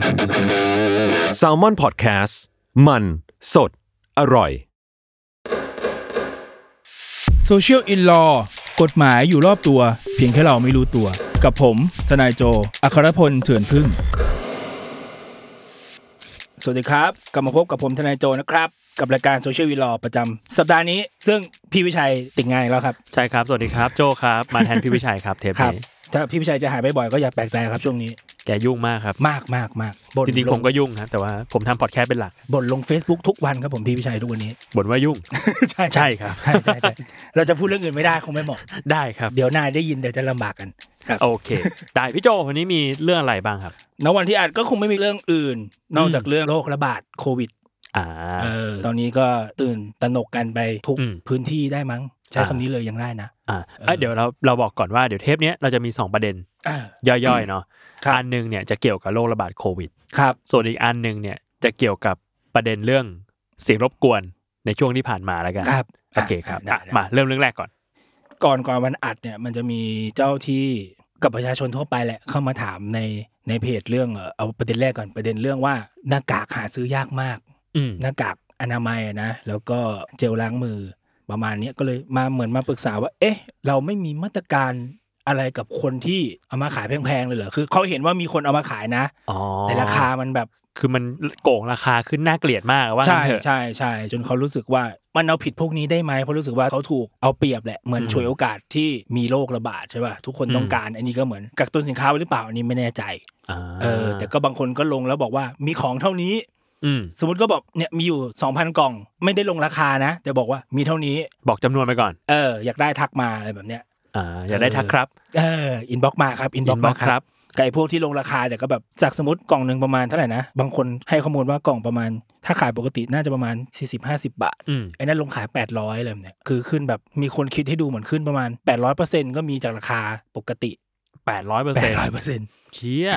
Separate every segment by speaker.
Speaker 1: Salmon Podcast มันสดอร่อย
Speaker 2: Social in Law กฎหมายอยู่รอบตัวเพียงแค่เราไม่รู้ตัวกับผมทนายโจอัครพลเถื่อนพึ่งสวัสดีครับกลับมาพบกับผมทนายโจนะครับกับรายการ Social in Law ประจำสัปดาห์นี้ซึ่งพี่วิชัยติดงานแล้วครับ
Speaker 3: ใช่ครับสวัสดีครับโจครับมาแทนพี่วิชัยครับเทปนี้
Speaker 2: ถ้าพี่วิชัยจะหายบ่อยๆก็อย่าแปลกใจครับช่วงนี้
Speaker 3: แกยุ่งมากครับ
Speaker 2: มาก
Speaker 3: จริงๆผมก็ยุ่งครับแต่ว่าผมทำพอดแคสต์เป็นหลัก
Speaker 2: บ่นลง Facebook ทุกวันครับผมพี่วิชัยทุกวันนี้
Speaker 3: บ่นว่ายุ่ง ใช่ครับ
Speaker 2: ใช่เราจะพูดเรื่องอื่นไม่ได้คงไม่เหมาะ
Speaker 3: ได้ครับ
Speaker 2: เดี๋ยวนายได้ยินเดี๋ยวจะลำบากกันครับ
Speaker 3: โอเคได้พี่โจวันนี้มีเรื่องอะไรบ้างครับ
Speaker 2: ณวันที่อัดก็คงไม่มีเรื่องอื่นนอกจากเรื่องโรคระบาดโควิดตอนนี้ก็ตื่นตระหนกกันไปทุกพื้นที่ได้มั้งใช้คำนี้เลยยังได้นะ
Speaker 3: เดี๋ยวเราบอกก่อนว่าเดี๋ยวเทปนี้เราจะมี2ประเด็นย่อยๆเนาะอันนึงเนี่ยจะเกี่ยวกับโรคระบาดโควิด
Speaker 2: ครับ
Speaker 3: ส่วนอีกอันนึงเนี่ยจะเกี่ยวกับประเด็นเรื่องเสียงรบกวนในช่วงที่ผ่านมาแล้วกัน
Speaker 2: ครับ
Speaker 3: โอเคครับมาเริ่มเรื่องแรกก่อน
Speaker 2: วันอัดเนี่ยมันจะมีเจ้าที่กับประชาชนทั่วไปแหละเข้ามาถามในเพจเรื่องเอาประเด็นแรกก่อนประเด็นเรื่องว่าหน้ากากหาซื้อยากมากหน้ากากอนามัยนะแล้วก็เจลล้างมือประมาณนี้ก็เลยมาปรึกษาว่าเอ๊ะเราไม่มีมาตรการอะไรกับคนที่เอามาขายแพงๆเลยเหรอคือเขาเห็นว่ามีคนเอามาขายนะแต่ราคามันแบบ
Speaker 3: คือมันโกงราคาขึ้นน่าเกลียดมากว่า
Speaker 2: ใช่จนเขารู้สึกว่ามันเอาผิดพวกนี้ได้ไหมเพราะรู้สึกว่าเขาถูกเอาเปรียบแหละเหมือนฉวยโอกาสที่มีโรคระบาดใช่ป่ะทุกคนต้องการอันนี้ก็เหมือนกักตุนสินค้าไว้หรือเปล่าอันนี้ไม่แน่ใจแต่ก็บางคนก็ลงแล้วบอกว่ามีของเท่านี้สมมติก็บอกเนี่ยมีอยู่ 2,000 กล่องไม่ได้ลงราคานะแต่บอกว่ามีเท่านี้
Speaker 3: บอกจำนวนไปก่อน
Speaker 2: อยากได้ทักมาอะไรแบบเนี้ย
Speaker 3: อยากได้ทักครับ
Speaker 2: อินบ็อกมาครับอินบ็อกมาครับไก่พวกที่ลงราคาแต่ก็แบบจากสมมติกล่องนึงประมาณเท่าไหร่นะบางคนให้ข้อมูลว่ากล่องประมาณถ้าขายปกติน่าจะประมาณ 40-50 บาทไอ้นั่นลงขาย800อะไรแบบเนี้ยคือขึ้นแบบมีคนคิดให้ดูเหมือนขึ้นประมาณ 800% ก็มีจากราคาปกติ
Speaker 3: 800% เชี่ย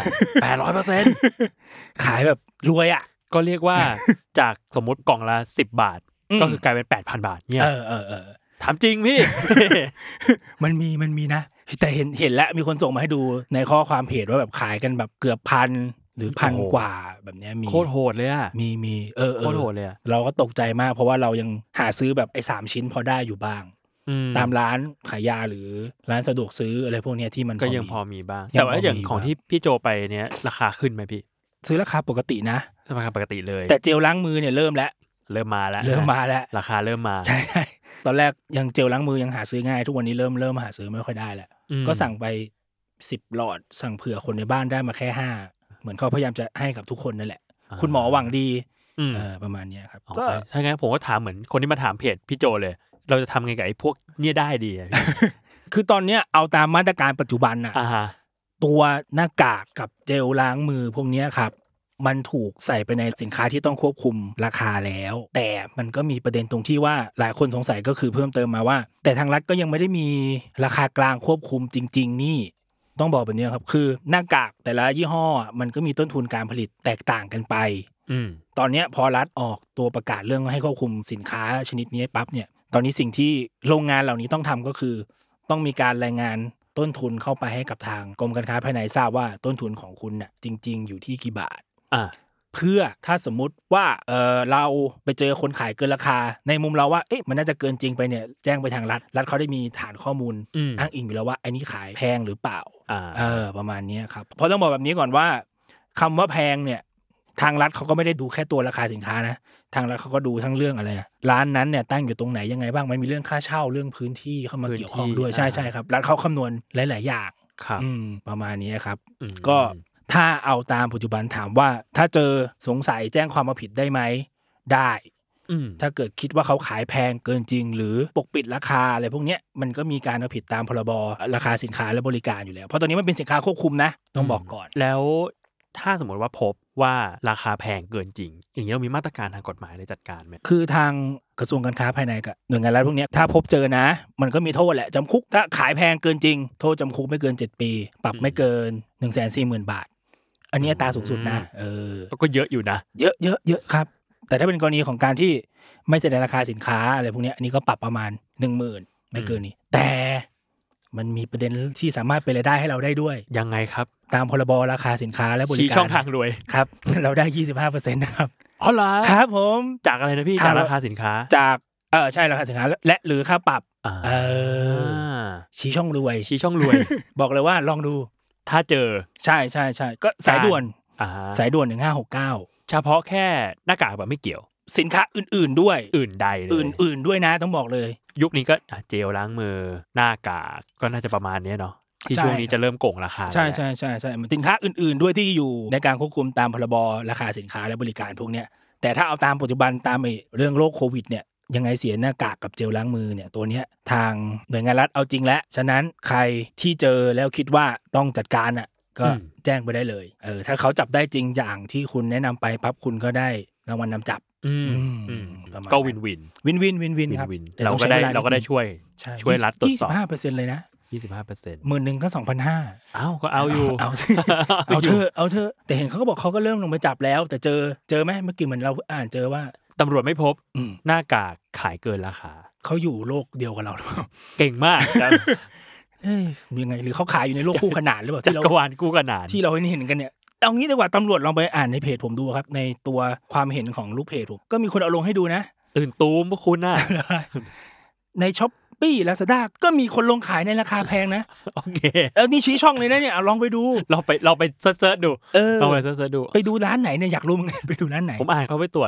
Speaker 3: 800%
Speaker 2: ขายแบบรวยอ่ะ
Speaker 3: ก็เรียกว่าจากสมมุติกล่องละ10 บาทก็คือกลายเป็น 8,000 บาทเนี่ยถามจริงพี่
Speaker 2: มันมีนะแต่เห็นแล้วมีคนส่งมาให้ดูในข้อความเพจว่าแบบขายกันแบบเกือบพันหรือพันกว่าแบบนี้มี
Speaker 3: โคตรโหดเลยอ่ะ
Speaker 2: มี
Speaker 3: โคตรโหดเลย
Speaker 2: เราก็ตกใจมากเพราะว่าเรายังหาซื้อแบบไอ้3ชิ้นพอได้อยู่บ้างตามร้านขายยาหรือร้านสะดวกซื้ออะไรพวกนี้ที่มัน
Speaker 3: ก็ยังพอมีบ้างแต่ว่าอย่างของที่พี่โจไปเนี้ยราคาขึ้นไหมพี่
Speaker 2: ซื้อราคาปกตินะ
Speaker 3: ราคาปกติเลย
Speaker 2: แต่เจลล้างมือเนี่ยเริ่มมาแล้ว
Speaker 3: ราคาเริ่มมา
Speaker 2: ใช่ตอนแรกยังเจลล้างมือยังหาซื้อง่ายทุกวันนี้เริ่มหาซื้อไม่ค่อยได้แล้วก็สั่งไป10 หลอดสั่งเผื่อคนในบ้านได้มาแค่5เหมือนเขาพยายามจะให้กับทุกคนนั่นแหละคุณหมอหวังดีประมาณนี้ครับ
Speaker 3: ก็ถ้างั้นผมก็ถามเหมือนคนที่มาถามเพจพี่โจเลยเราจะทำไงกับไอ้พวกเนี่ยได้ดี
Speaker 2: คือตอนเนี้ยเอาตามมาตรการปัจจุบันน่ะตัวหน้ากากกับเจลล้างมือพวกนี้ครับมันถูกใส่ไปในสินค้าที่ต้องควบคุมราคาแล้วแต่มันก็มีประเด็นตรงที่ว่าหลายคนสงสัยก็คือเพิ่มเติมมาว่าแต่ทางรัฐก็ยังไม่ได้มีราคากลางควบคุมจริงๆนี่ต้องบอกแบบนี้ครับคือหน้ากากแต่ละยี่ห้อมันก็มีต้นทุนการผลิตแตกต่างกันไปตอนนี้พอรัฐออกตัวประกาศเรื่องให้ควบคุมสินค้าชนิดนี้ปั๊บเนี่ยตอนนี้สิ่งที่โรงงานเหล่านี้ต้องทำก็คือต้องมีการรายงานต้นทุนเข้าไปให้กับทางกรมการค้าภายในทราบว่าต้นทุนของคุณน่ะจริงๆอยู่ที่กี่บาทเพื่อถ้าสมมุติว่าเราไปเจอคนขายเกินราคาในมุมเราว่าเอ๊ะมันน่าจะเกินจริงไปเนี่ยแจ้งไปทางรัฐเขาได้มีฐานข้อมูลอ้างอิงอยู่แล้วว่าไอ้นี่ขายแพงหรือเปล่าประมาณนี้ครับเพราะต้องบอกแบบนี้ก่อนว่าคำว่าแพงเนี่ยทางรัฐเขาก็ไม่ได้ดูแค่ตัวราคาสินค้านะทางรัฐเขาก็ดูทั้งเรื่องอะไรร้านนั้นเนี่ยตั้งอยู่ตรงไหนยังไงบ้างมันมีเรื่องค่าเช่าเรื่องพื้นที่เข้ามาเกี่ยวข้องด้วยใช่ครับรัฐเขาคำนวณหลายๆอย่างประมาณนี้ครับก็ถ้าเอาตามปัจจุบันถามว่าถ้าเจอสงสัยแจ้งความเอาผิดได้ไหมได้ถ้าเกิดคิดว่าเขาขายแพงเกินจริงหรือปกปิดราคาอะไรพวกนี้มันก็มีการเอาผิดตามพรบราคาสินค้าและบริการอยู่แล้วเพราะตอนนี้มันเป็นสินค้าควบคุมนะต้องบอกก่อน
Speaker 3: แล้วถ้าสมมติว่าพบว่าราคาแพงเกินจริงอย่างนี้เรามีมาตรการทางกฎหมายในจัดการไหม
Speaker 2: คือทางกระทรวงการค้าภายในกับหน่วยงานรัฐพวกนี้ถ้าพบเจอนะมันก็มีโทษแหละจำคุกถ้าขายแพงเกินจริงโทษจำคุกไม่เกิน7 ปีปรับไม่เกิน 140,000 บาทอันนี้อัตราสูงสุดนะ
Speaker 3: ก็เยอะอยู่นะ
Speaker 2: เยอะครับแต่ถ้าเป็นกรณีของการที่ไม่แสดงราคาสินค้าอะไรพวกนี้อันนี้ก็ปรับประมาณ 10,000 ไม่เกินนี้แต่มันมีประเด็นที่สามารถเป็นรายได้ให้เราได้ด้วย
Speaker 3: ยังไงครับ
Speaker 2: ตามพรบราคาสินค้าและบริการ
Speaker 3: ชี้ช่องทางรวย
Speaker 2: ครับ เราได้ 25% นะครับ
Speaker 3: อ๋อเหรอ
Speaker 2: ครับผม
Speaker 3: จากอะไรนะพี่จากราคาสินค้า
Speaker 2: จากใช่ราคาสินค้าและหรือค่าปรับชี้ช่องรวย
Speaker 3: ชี้ช่องรวย
Speaker 2: บอกเลยว่าลองดู
Speaker 3: ถ้าเจอ
Speaker 2: ใช่ๆๆก็สายด่วน1569
Speaker 3: เฉพาะแค่หน้ากากแบบไม่เกี่ยว
Speaker 2: สินค้าอื่นๆด้วย
Speaker 3: อื่นใดเลย
Speaker 2: อื่นๆด้วยนะต้องบอกเลย
Speaker 3: ยุคนี้ก็เจลล้างมือหน้ากากก็น่าจะประมาณนี้เนาะที่ช่วงนี้จะเริ่มโกงราคา
Speaker 2: ใช่ๆๆๆสินค้าอื่นๆด้วยที่อยู่ในการควบคุมตามพรบราคาสินค้าและบริการพวกเนี้ยแต่ถ้าเอาตามปัจจุบันตามเรื่องโรคโควิดเนี่ยยังไงเสียหน้ากากกับเจลล้างมือเนี่ยตัวเนี้ยทางหน่วยงานรัฐเอาจริงแล้วฉะนั้นใครที่เจอแล้วคิดว่าต้องจัดการอ่ะก็แจ้งไปได้เลยถ้าเขาจับได้จริงอย่างที่คุณแนะนำไปปั๊บคุณก็ได้รางวัลนำจับ
Speaker 3: ก็วินวิน
Speaker 2: ครับ
Speaker 3: เราก็ได้ช่วยรัฐตรวจสอบ
Speaker 2: 25% เลยนะ
Speaker 3: 25%
Speaker 2: 10,000 นึงก็ 2,500
Speaker 3: อ้าวก็เอาอยู่
Speaker 2: เอาเถอะแต่เห็นเขาก็บอกเขาก็เริ่มลงไปจับแล้วแต่เจอไหมเมื่อกี้เหมือนเราอ่านเจอว่า
Speaker 3: ตำรวจไม่พบหน้ากากขายเกินราคา
Speaker 2: เขาอยู่โลกเดียวกับเราหรือเปล่า
Speaker 3: เก่งมากครับ
Speaker 2: ยังไงหรือเขาขายอยู่ในโลกคู่ขนานหรือเปล่า
Speaker 3: จักรวาลคู่ขนาน
Speaker 2: ที่เราเห็นกันเนี่ยเอางี้ดีกว่าตำรวจลองไปอ่านในเพจผมดูครับในตัวความเห็นของลูกเพจผมก็มีคนเอาลงให้ดูนะ
Speaker 3: ตื่นตูมพวกคุณน่ะ
Speaker 2: ในShopee Lazada ก็มีคนลงขายในราคาแพงนะ
Speaker 3: โอเค
Speaker 2: นี่ชี้ช่องเลยนะเนี่ยลองไปดู
Speaker 3: เราไปเสิร์ชดูลองไปเสิร์ชดู
Speaker 2: ไปดูร้านไหนเนี่ยอยากรู้เหมือนกันไปดูร้านไหน
Speaker 3: ผมอ่านเขาไปตรวจ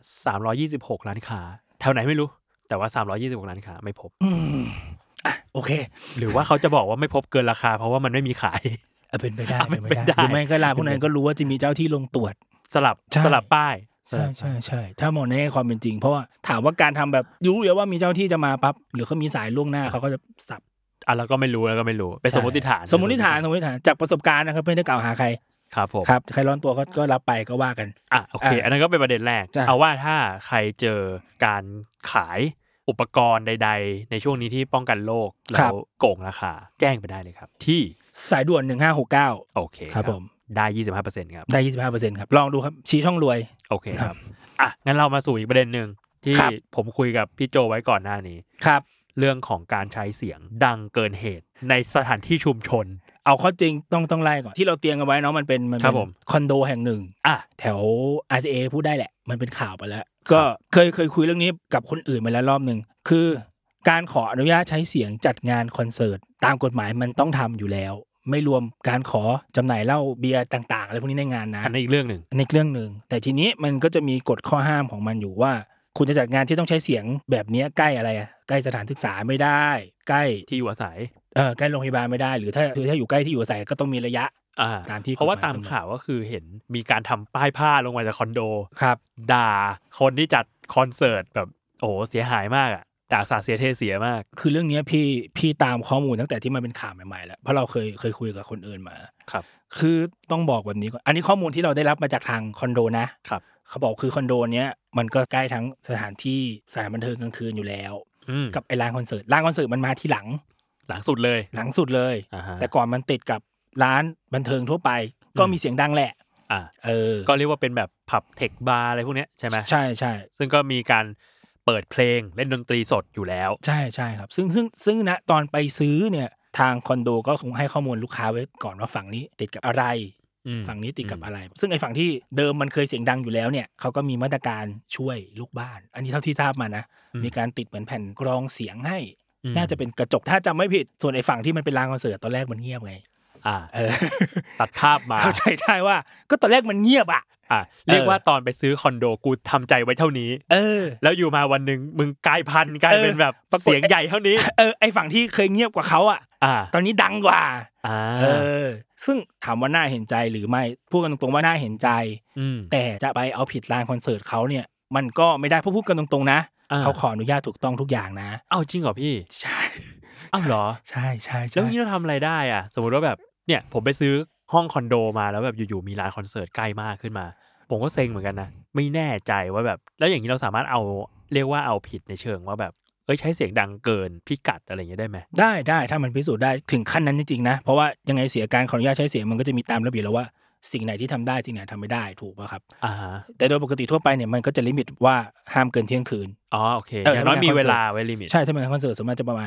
Speaker 3: 326ร้านค้าแถวไหนไม่รู้แต่ว่า326ร้านค้าไม่พบ
Speaker 2: โอเค
Speaker 3: หรือว่าเขาจะบอกว่าไม่พบเกินราคาเพราะว่ามันไม่มีขาย
Speaker 2: เป็นไปได้หรือไม่ก็ร้านพวกนั้นก็รู้ว่าจะมีเจ้าที่ลงตรวจ
Speaker 3: สลับป้าย
Speaker 2: ใช่ถ้ามองในความเป็นจริงเพราะว่าถามว่าการทำแบบรู้อยู่ว่ามีเจ้าที่จะมาปั๊บหรือเขามีสายล่วงหน้าเขาก็จะสับ
Speaker 3: เราก็ไม่รู้เป็นสมมติฐาน
Speaker 2: จากประสบการณ์นะครับไม่ได้กล่าวหาใคร
Speaker 3: ครับผม
Speaker 2: ครับใครร้อนตัวก็รับไปก็ว่ากัน
Speaker 3: โอเคอันนั้นก็เป็นประเด็นแรกเอาว่าถ้าใครเจอการขายอุปกรณ์ใดๆในช่วงนี้ที่ป้องกันโรคแล้วโกงราคาแจ้งไปได้เลยครับที่
Speaker 2: สายด่วน1569
Speaker 3: โอเค
Speaker 2: ครับผม
Speaker 3: ได้ 25% ครับ
Speaker 2: ได้ 25% ครับลองดูครับชี้ช่องรวย
Speaker 3: โอเคครับงั้นเรามาสู่อีกประเด็นนึงที่ผมคุยกับพี่โจไว้ก่อนหน้านี้
Speaker 2: ครับ
Speaker 3: เรื่องของการใช้เสียงดังเกินเหตุในสถานที่ชุมชน
Speaker 2: เอาข้อจริงต้องไล่ก่อนที่เราเตรียมกันไว้เนาะมันเป็นคอนโดแห่งหนึ่งแถว RCA พูดได้แหละมันเป็นข่าวไปแล้วก็เคยคุยเรื่องนี้กับคนอื่นมาแล้วรอบนึงคือการขออนุญาตใช้เสียงจัดงานคอนเสิร์ตตามกฎหมายมันต้องทำอยู่แล้วไม่รวมการขอจำหน่ายเหล้าเบียร์ต่างๆอะไรพวกนี้ในงานนะ
Speaker 3: อันนี้อีกเรื่องนึ
Speaker 2: งแต่ทีนี้มันก็จะมีกฎข้อห้ามของมันอยู่ว่าคุณจะจัดงานที่ต้องใช้เสียงแบบนี้ใกล้อะไรใกล้สถานศึกษาไม่ได้ใกล้
Speaker 3: ที่อยู่อาศัย
Speaker 2: ใกล้โรงพยาบาลไม่ได้หรือถ้าอยู่ใกล้ที่อยู่อาศัยก็ต้องมีระยะตามที่
Speaker 3: เพราะว่าตามข่าวก็คือเห็นมีการทำป้ายผ้าลงมาจากคอนโด
Speaker 2: ครับ
Speaker 3: ด่าคนที่จัดคอนเสิร์ตแบบโอ้โหเสียหายมากด่าสาเสียเทเสียมาก
Speaker 2: คือเรื่องนี้พี่ตามข้อมูลตั้งแต่ที่มันเป็นข่าวใหม่ๆแล้วเพราะเราเคยคุยกับคนอื่นมา
Speaker 3: ครับ
Speaker 2: คือต้องบอกแบบนี้ก่อนอันนี้ข้อมูลที่เราได้รับมาจากทางคอนโดนะครับเขาบอกคือคอนโดเนี้ยมันก็ใกล้ทั้งสถานที่สถานบันเทิงกลางคืนอยู่แล้วกับไอ้ร้านคอนเสิร์ตมันมาที่หลัง
Speaker 3: สุดเลย
Speaker 2: แต่ก่อนมันติดกับร้านบันเทิงทั่วไปก็มีเสียงดังแหละ
Speaker 3: ก็เรียกว่าเป็นแบบผับเทคบาร์อะไรพวกนี้ใช่ไหม
Speaker 2: ใช่
Speaker 3: ซึ่งก็มีการเปิดเพลงเล่นดนตรีสดอยู่แล้ว
Speaker 2: ใช่ครับซึ่งนะตอนไปซื้อเนี่ยทางคอนโดก็คงให้ข้อมูลลูกค้าไว้ก่อนว่าฝั่งนี้ติดกับอะไรฝั่งนี้ติดกับอะไรซึ่งไอ้ฝั่งที่เดิมมันเคยเสียงดังอยู่แล้วเนี่ยเขาก็มีมาตรการช่วยลูกบ้านอันนี้เท่าที่ทราบมานะมีการติดเหมือนแผ่นกรองเสียงให้น่าจะเป็นกระจกถ้าจำไม่ผิดส่วนไอ้ฝั่งที่มันเป็นลานคอนเสิร์ตตอนแรกมันเงียบไง
Speaker 3: ตัดภาพมา
Speaker 2: เข้าใจได้ว่าก็ตอนแรกมันเงียบ
Speaker 3: เรียกว่าตอนไปซื้อคอนโดกูทำใจไว้เท่านี้แล้วอยู่มาวันนึงมึงกลายพันธุ์กลายเป็นแบบเสียงใหญ่เท่านี้
Speaker 2: ไอ้ฝั่งที่เคยเงียบกว่าเขาตอนนี้ดังกว่าซึ่งถามว่าน่าเห็นใจหรือไม่พูดกันตรงๆว่าน่าเห็นใจแต่จะไปเอาผิดลานคอนเสิร์ตเขาเนี่ยมันก็ไม่ได้เพราะพูดกันตรงๆนะเขาขออนุญาตถูกต้องทุกอย่างนะ
Speaker 3: จริงเหรอพี่
Speaker 2: ใช่
Speaker 3: เหรอ
Speaker 2: ใช่
Speaker 3: แล้วนี่เราทำอะไรได้สมมติว่าแบบเนี่ยผมไปซื้อห้องคอนโดมาแล้วแบบอยู่ๆมีร้านคอนเสิร์ตใกล้มากขึ้นมาผมก็เซ็งเหมือนกันนะไม่แน่ใจว่าแบบแล้วอย่างนี้เราสามารถเรียกว่าเอาผิดในเชิงว่าแบบใช้เสียงดังเกินพิกัดอะไรอย่างเงี้ยได้ไหม
Speaker 2: ได้ถ้ามันพิสูจน์ได้ถึงขั้นนั้นจริงๆนะเพราะว่ายังไงเสียการขออนุญาตใช้เสียงมันก็จะมีตามระเบียบแล้วว่าสิ่งไหนที่ทำได้สิ่งไหนทำไม่ได้ถูกป่ะครับแต่โดยปกติทั่วไปเนี่ยมันก็จะลิมิตว่าห้ามเกินเที่ยงคืน
Speaker 3: โอเคอย่างน้อยมีเวลาไว้ลิมิต
Speaker 2: ใช่ถ้าเป็นคอนเสิร์ตสมมติจะประมาณ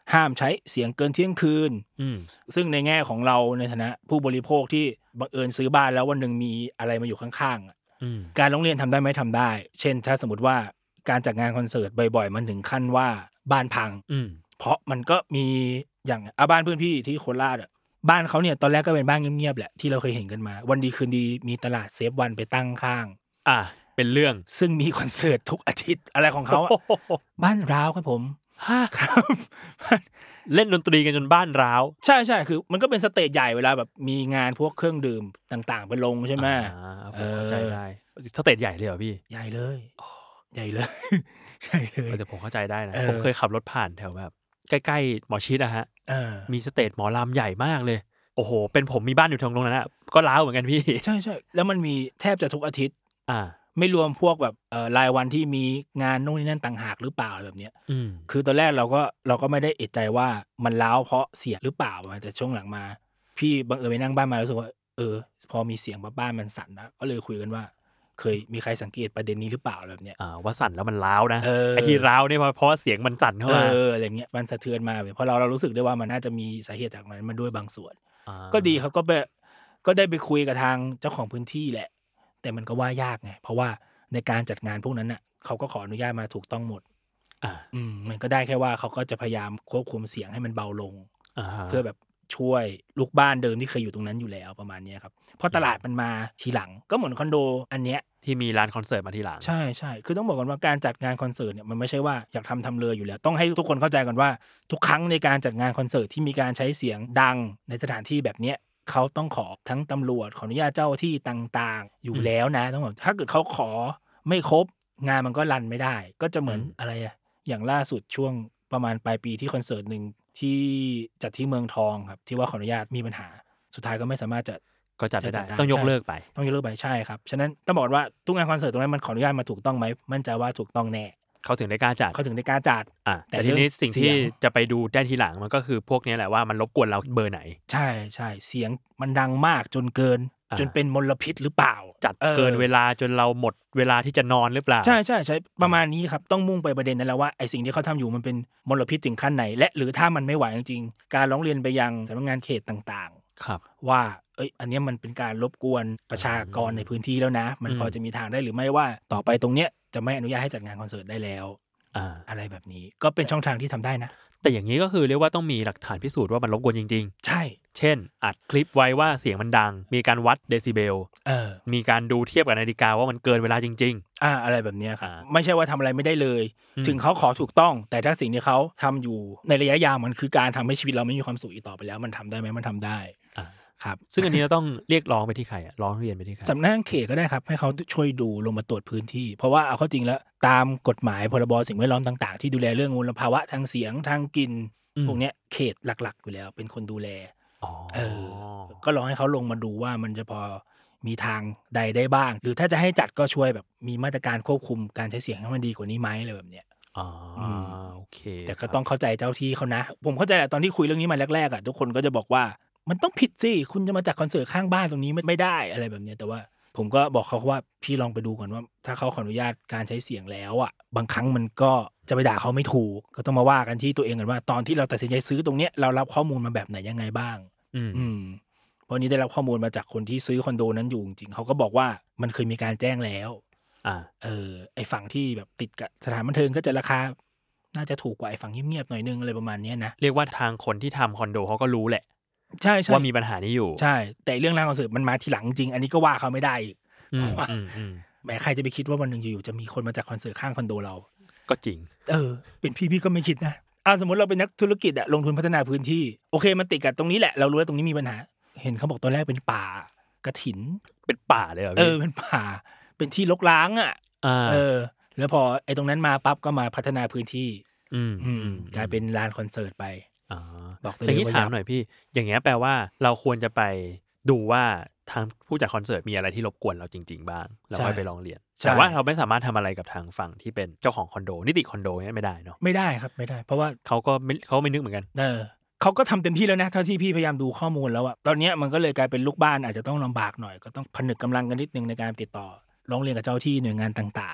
Speaker 2: ห้ามใช้เสียงเกินเที่ยงคืนซึ่งในแง่ของเราในฐานะผู้บริโภคที่บังเอิญซื้อบ้านแล้ววันนึงมีอะไรมาอยู่ข้างๆการร้องเรียนทำได้ไหมทำได้เช่นถ้าสมมติว่าการจัดงานคอนเสิร์ตบ่อยๆมันถึงขั้นว่าบ้านพังเพราะมันก็มีอย่างบ้านเพื่อนพี่ที่โคราชบ้านเขาเนี่ยตอนแรกก็เป็นบ้านเงียบๆแหละที่เราเคยเห็นกันมาวันดีคืนดีมีตลาดเซฟวันไปตั้งข้าง
Speaker 3: เป็นเรื่อง
Speaker 2: ซึ่งมีคอนเสิร์ตทุกอาทิตย์อะไรของเขาบ้านร้าวครับผมครับ
Speaker 3: เล่นดนตรีกันจนบ้านร้าว
Speaker 2: ใช่ๆคือมันก็เป็นสเตจใหญ่เวลาแบบมีงานพวกเครื่องดื่มต่างๆไปลงใช่ไหม
Speaker 3: เข้าใจได้สเตจใหญ่เลยเหรอพี่
Speaker 2: ใหญ่เลยใหญ่เลยใหญ่เลย
Speaker 3: แต่ผมเข้าใจได้นะผมเคยขับรถผ่านแถวแบบใกล้ๆหมอชิดฮะมีสเตจหมอลำใหญ่มากเลยโอ้โหเป็นผมมีบ้านอยู่ตรงนั้นก็ร้าวเหมือนกันพี่
Speaker 2: ใช่ๆแล้วมันมีแทบจะทุกอาทิตย์ไม่รวมพวกแบบรายวันที่มีงานนู่นนี่นั่นต่างหากหรือเปล่าแบบเนี้ยคือตอนแรกเราก็ไม่ได้เอะใจว่ามันร้าวเพราะเสียงหรือเปล่าแต่ช่วงหลังมาพี่บังเอิญไปนั่งบ้านมารู้สึกว่าพอมีเสียงบ้านมันสั่นนะก็เลยคุยกันว่าเคยมีใครสังเกตประเด็นนี้หรือเปล่าแบบเนี้ย
Speaker 3: ว่าสั่นแล้วมันร้าวนะไอ้ที่ร้าวเนี่ยเพราะเสียงมันสั่นเข้ามา
Speaker 2: อะไรเงี้ยมันสะเทือนมาเพราะเรารู้สึกได้ว่ามันน่าจะมีสาเหตุจากนั้นมาด้วยบางส่วนก็ดีครับก็ได้ไปคุยกับทางเจ้าของพื้นที่แหละแต่มันก็ว่ายากไงเพราะว่าในการจัดงานพวกนั้นน่ะเขาก็ขออนุญาตมาถูกต้องหมดมันก็ได้แค่ว่าเขาก็จะพยายามควบคุมเสียงให้มันเบาลงเพื่อแบบช่วยลูกบ้านเดิมที่เคยอยู่ตรงนั้นอยู่แล้วประมาณนี้ครับเพราะตลาดมันมาทีหลังก็เหมือนคอนโดอันเนี้ย
Speaker 3: ที่มีร้านคอนเสิร์ตมาทีหลัง
Speaker 2: ใช่ๆคือต้องบอกก่อนว่าการจัดงานคอนเสิร์ตเนี่ยมันไม่ใช่ว่าอยากทำเลยอยู่แล้วต้องให้ทุกคนเข้าใจก่อนว่าทุกครั้งในการจัดงานคอนเสิร์ตที่มีการใช้เสียงดังในสถานที่แบบเนี้ยเขาต้องขอทั้งตำรวจขออนุญาตเจ้าที่ต่างๆอยู่แล้วนะต้องบอกถ้าเกิดเขาขอไม่ครบงานมันก็รันไม่ได้ก็จะเหมือนอะไรอย่างล่าสุดช่วงประมาณปลายปีที่คอนเสิร์ตนึงที่จัดที่เมืองทองครับที่ว่าขออนุญาตมีปัญหาสุดท้ายก็ไม่สามารถ
Speaker 3: ก็จัดไม่ได้ต้องยกเลิกไป
Speaker 2: ใช่ครับฉะนั้นต้องบอกว่าทุกงานคอนเสิร์ตตรงนั้นมันขออนุญาตมาถูกต้องไหมมั่นใจว่าถูกต้องแน่
Speaker 3: เขาถึงได้กล้าจัดแต่ทีนี้สิ่งที่จะไปดูได้ทีหลังมันก็คือพวกนี้แหละว่ามันรบกวนเราเบอร์ไหน
Speaker 2: ใช่เสียงมันดังมากจนเกินจนเป็นมลพิษหรือเปล่า
Speaker 3: จัดเกินเวลาจนเราหมดเวลาที่จะนอนหรือเปล่า
Speaker 2: ใช่ประมาณนี้ครับต้องมุ่งไปประเด็นนั้นแล้วว่าไอ้สิ่งที่เขาทำอยู่มันเป็นมลพิษถึงขั้นไหนและหรือถ้ามันไม่ไหวจริงๆการร้องเรียนไปยังสำนักงานเขตต่างๆว่าอันนี้มันเป็นการรบกวนประชากรในพื้นที่แล้วนะมันพอจะมีทางได้หรือไม่ว่าต่อไปตรงเนี้ยจะไม่อนุญาตให้จัดงานคอนเสิร์ตได้แล้วอะไรแบบนี้ก็เป็นช่องทางที่ทำได้นะ
Speaker 3: แต่อย่างนี้ก็คือเรียกว่าต้องมีหลักฐานพิสูจน์ว่ามันรบกวนจริง
Speaker 2: ๆใช่
Speaker 3: เช่นอัดคลิปไว้ว่าเสียงมันดังมีการวัดเดซิเบลมีการดูเทียบกับนาฬิกาว่ามันเกินเวลาจริง
Speaker 2: ๆอะไรแบบนี้ครับไม่ใช่ว่าทำอะไรไม่ได้เลยถึงเขาขอถูกต้องแต่ถ้าสิ่งที่เขาทำอยู่ในระยะยาวมันคือการทำให้ชีวิตเราไม่มีความสุขอีกต่อไปแล้วมันทำได้ไหมมันทำได้ครับ
Speaker 3: ซึ่งอันนี้เราต้องเรียกร้องไปที่ใครร้องเรียนไปที่ใคร
Speaker 2: สำนักงานเขตก็ได้ครับให้เขาช่วยดูลงมาตรวจพื้นที่เพราะว่าเอาเข้าจริงแล้วตามกฎหมายพรบสิ่งแวดล้อมต่างๆที่ดูแลเรื่องมลภาวะทางเสียงทางกลิ่นพวกเนี้ยเขตหลักๆอยู่แล้วเป็นคนดูแลก็ลองให้เขาลงมาดูว่ามันจะพอมีทางใดได้บ้างหรือถ้าจะให้จัดก็ช่วยแบบมีมาตรการควบคุมการใช้เสียงให้มันดีกว่านี้ไหมอะไรแบบเนี้ย
Speaker 3: โอเค
Speaker 2: แต่ก็ต้องเข้าใจเจ้าที่เขานะผมเข้าใจแหละตอนที่คุยเรื่องนี้มาแรกๆทุกคนก็จะบอกว่ามันต้องผิดสิคุณจะมาจัดคอนเสิร์ตข้างบ้านตรงนี้ไม่ได้อะไรแบบนี้แต่ว่าผมก็บอกเขาว่าพี่ลองไปดูก่อนว่าถ้าเขาขออนุญาตการใช้เสียงแล้วบางครั้งมันก็จะไปด่าเขาไม่ถูกก็ต้องมาว่ากันที่ตัวเองกันว่าตอนที่เราตัดสินใจซื้อตรงเนี้ยเรารับข้อมูลมาแบบไหนยังไงบ้างเพราะนี้ได้รับข้อมูลมาจากคนที่ซื้อคอนโดนั้นอยู่จริงๆเขาก็บอกว่ามันเคยมีการแจ้งแล้วไอ้ฝั่งที่แบบติดกับสถานบันเทิงก็จะราคาน่าจะถูกกว่าไอ้ฝั่งเงียบๆหน่อยนึงอะไรประมาณนี้นะ
Speaker 3: เรียกว่าทางคนที่ทำคอนโดเขาก็รู้แหละ
Speaker 2: ใช่
Speaker 3: ว่ามีปัญหานี้อยู่
Speaker 2: ใช่แต่เรื่องราวคอนเสิร์ตมันมาทีหลังจริงอันนี้ก็ว่าเขาไม่ได้อีกเพราะว่าแหมใครจะไปคิดว่าวันนึงอยู่จะมีคนมาจากคอนเสิร์ตข้างคอนโดเรา
Speaker 3: ก็จริง
Speaker 2: เป็นพี่ก็ไม่คิดนะสมมติเราเป็นนักธุรกิจลงทุนพัฒนาพื้นที่โอเคมันติดกับตรงนี้แหละเรารู้ว่าตรงนี้มีปัญหาเห็นเขาบอกตอนแรกเป็นป่ากฐิน
Speaker 3: เป็นป่าเลยเหรอ
Speaker 2: เป็นป่าเป็นที่รกร้างแล้วพอไอ้ตรงนั้นมาปั๊บก็มาพัฒนาพื้นที่กลายเป็นลานคอนเสิร์ตไป
Speaker 3: บอกแต่นี้ถามหน่อยพี่อย่างเงี้ยแปลว่าเราควรจะไปดูว่าทางผู้จัดคอนเสิร์ตมีอะไรที่รบกวนเราจริงๆบ้างเราค่อยไปร้องเรียนแต่ว่าเราไม่สามารถทำอะไรกับทางฝั่งที่เป็นเจ้าของคอนโดนิติคอนโดเนี่ยไม่ได้เนาะ
Speaker 2: ไม่ได้ครับไม่ได้เพราะว่า
Speaker 3: เขาไม่นึกเหมือนกัน
Speaker 2: เขาก็ทำเต็มที่แล้วนะเท่าที่พี่พยายามดูข้อมูลแล้วตอนนี้มันก็เลยกลายเป็นลูกบ้านอาจจะต้องลำบากหน่อยก็ต้องผนึกกำลังกันนิดนึงในการติดต่อร้องเรียนกับเจ้าที่หน่วยงานต่าง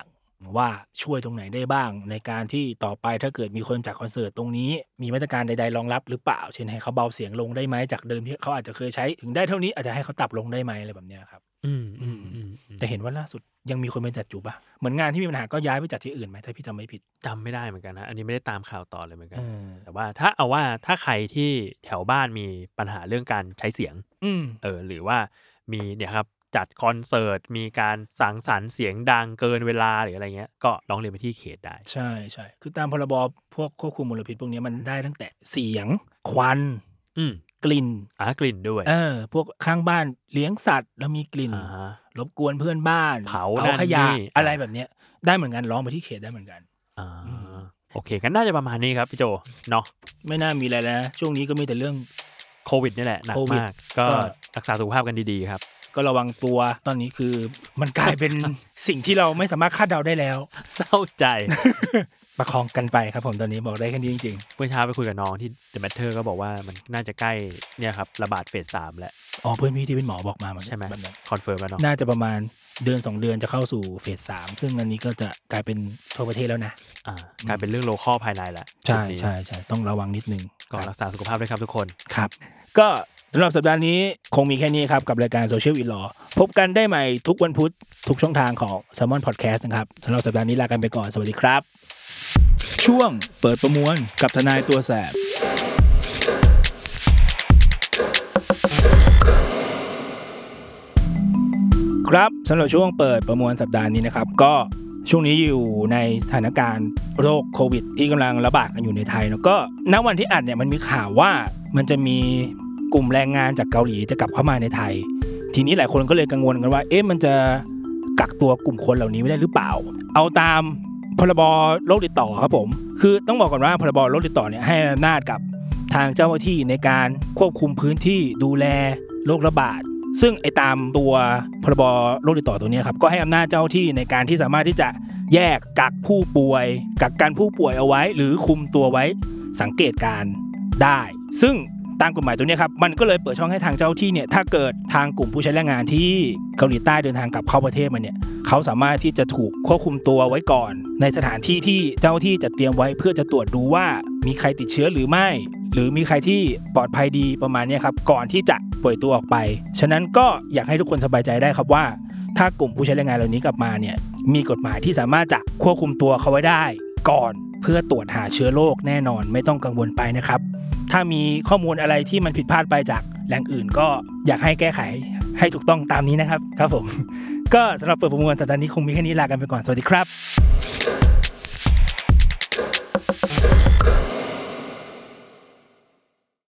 Speaker 2: ว่าช่วยตรงไหนได้บ้างในการที่ต่อไปถ้าเกิดมีคนจากคอนเสิร์ตตรงนี้มีมาตรการใดๆรองรับหรือเปล่าเช่นให้เขาเบาเสียงลงได้ไหมจากเดิมที่เขาอาจจะเคยใช้ถึงได้เท่านี้อาจจะให้เขาตับลงได้ไหมอะไรแบบนี้ครับแต่เห็นว่าล่าสุดยังมีคนไปจัดอยู่ปะเหมือนงานที่มีปัญหาก็ย้ายไปจัดที่อื่นไหมถ้าพี่จำไม่ผิด
Speaker 3: จำไม่ได้เหมือนกันนะอันนี้ไม่ได้ตามข่าวต่อเลยเหมือนกันแต่ว่าถ้าใครที่แถวบ้านมีปัญหาเรื่องการใช้เสียงหรือว่ามีเนี่ยครับจัดคอนเสิร์ตมีการสังสรรค์เสียงดังเกินเวลาหรืออะไรเงี้ยก็ร้องเรียนไปที่เขตได้
Speaker 2: ใช่ใช่คือตามพรบพวกควบคุมมลพิษพวกนี้มันได้ตั้งแต่เสียงควันกลิ่น
Speaker 3: กลิ่นด้วย
Speaker 2: พวกข้างบ้านเลี้ยงสัตว์แล้วมีกลิ่นรบกวนเพื่อนบ้าน
Speaker 3: เผา
Speaker 2: ขยะอะไรแบบเนี้ยได้เหมือนกันร้องไปที่เขตได้เหมือนกัน
Speaker 3: โอเคกันน่าจะประมาณนี้ครับพี่โจเนาะ
Speaker 2: ไม่น่ามีอะไรแล้วช่วงนี้ก็มีแต่เรื่อง
Speaker 3: โควิดนี่แหละหนักมากก็รักษาสุขภาพกันดีๆครับ
Speaker 2: ก็ระวังตัวตอนนี้คือมันกลายเป็น สิ่งที่เราไม่สามารถคาดเดาได้แล้ว
Speaker 3: เศร้าใจ
Speaker 2: ประคองกันไปครับผมตอนนี้บอกได้แค่นี้จริง
Speaker 3: ๆเมื่อเช้าไปคุยกับน้องที่ The Matter ก็บอกว่ามันน่าจะใกล้เนี่ยครับระบาดเฟส 3แล้ว
Speaker 2: เพื่อนพี่ที่เป็นหมอบอกมา
Speaker 3: ใช่ไหมคอนเฟิร์มแล้วเนาะ
Speaker 2: น่าจะประมาณเดือน2เดือนจะเข้าสู่เฟส 3ซึ่งอันนี้ก็จะกลายเป็นทั่วประเทศแล้วนะ
Speaker 3: กลายเป็นเรื่องโลคอลภายในแหละ
Speaker 2: ใช่ต้องระวังนิดนึง
Speaker 3: ก็รักษาสุขภาพด้วยครับทุกคน
Speaker 2: ครับก็สำหรับสัปดาห์นี้คงมีแค่นี้ครับกับรายการ Social In Law พบกันได้ใหม่ทุกวันพุธทุกช่องทางของ Salmon Podcast นะครับสำหรับสัปดาห์นี้ลากันไปก่อนสวัสดีครับช่วงเปิดประมวลกับทนายตัวแสบครับสำหรับช่วงเปิดประมวลสัปดาห์นี้นะครับก็ช่วงนี้อยู่ในสถานการณ์โรคโควิดที่กำลังระบาดกันอยู่ในไทยแล้วก็ณวันที่อัดเนี่ยมันมีข่าวว่ามันจะมีกลุ่มแรงงานจากเกาหลีจะกลับเข้ามาในไทยทีนี้หลายคนก็เลยกังวลกันว่ามันจะกักตัวกลุ่มคนเหล่านี้ไม่ได้หรือเปล่าเอาตามพรบโรคติดต่อครับผมคือต้องบอกก่อนว่าพรบโรคติดต่อเนี่ยให้อำนาจกับทางเจ้าหน้าที่ในการควบคุมพื้นที่ดูแลโรคระบาดซึ่งตามตัวพรบโรคติดต่อตัวนี้ครับก็ให้อำนาจเจ้าหน้าที่ในการที่สามารถที่จะแยกกักผู้ป่วยกักกันผู้ป่วยเอาไว้หรือคุมตัวไว้สังเกตการได้ซึ่งตามกฎหมายตัวนี้ครับมันก็เลยเปิดช่องให้ทางเจ้าที่เนี่ยถ้าเกิดทางกลุ่มผู้ใช้แรงงานที่เกาหลีใต้เดินทางกลับเข้าประเทศมาเนี่ยเขาสามารถที่จะถูกควบคุมตัวไว้ก่อนในสถานที่ที่เจ้าที่จะเตรียมไว้เพื่อจะตรวจดูว่ามีใครติดเชื้อหรือไม่หรือมีใครที่ปลอดภัยดีประมาณนี้ครับก่อนที่จะปล่อยตัวออกไปฉะนั้นก็อยากให้ทุกคนสบายใจได้ครับว่าถ้ากลุ่มผู้ใช้แรงงานเหล่านี้กลับมาเนี่ยมีกฎหมายที่สามารถจะควบคุมตัวเขาไว้ได้ก่อนเพื่อตรวจหาเชื้อโรคแน่นอนไม่ต้องกังวลไปนะครับถ้ามีข้อมูลอะไรที่มันผิดพลาดไปจากแหล่งอื่นก็อยากให้แก้ไขให้ถูกต้องตามนี้นะครับครับผมก็สำหรับเปิดประมวลสัปดาห์นี้คงมีแค่นี้ลากันไปก่อนสวัสดีครับ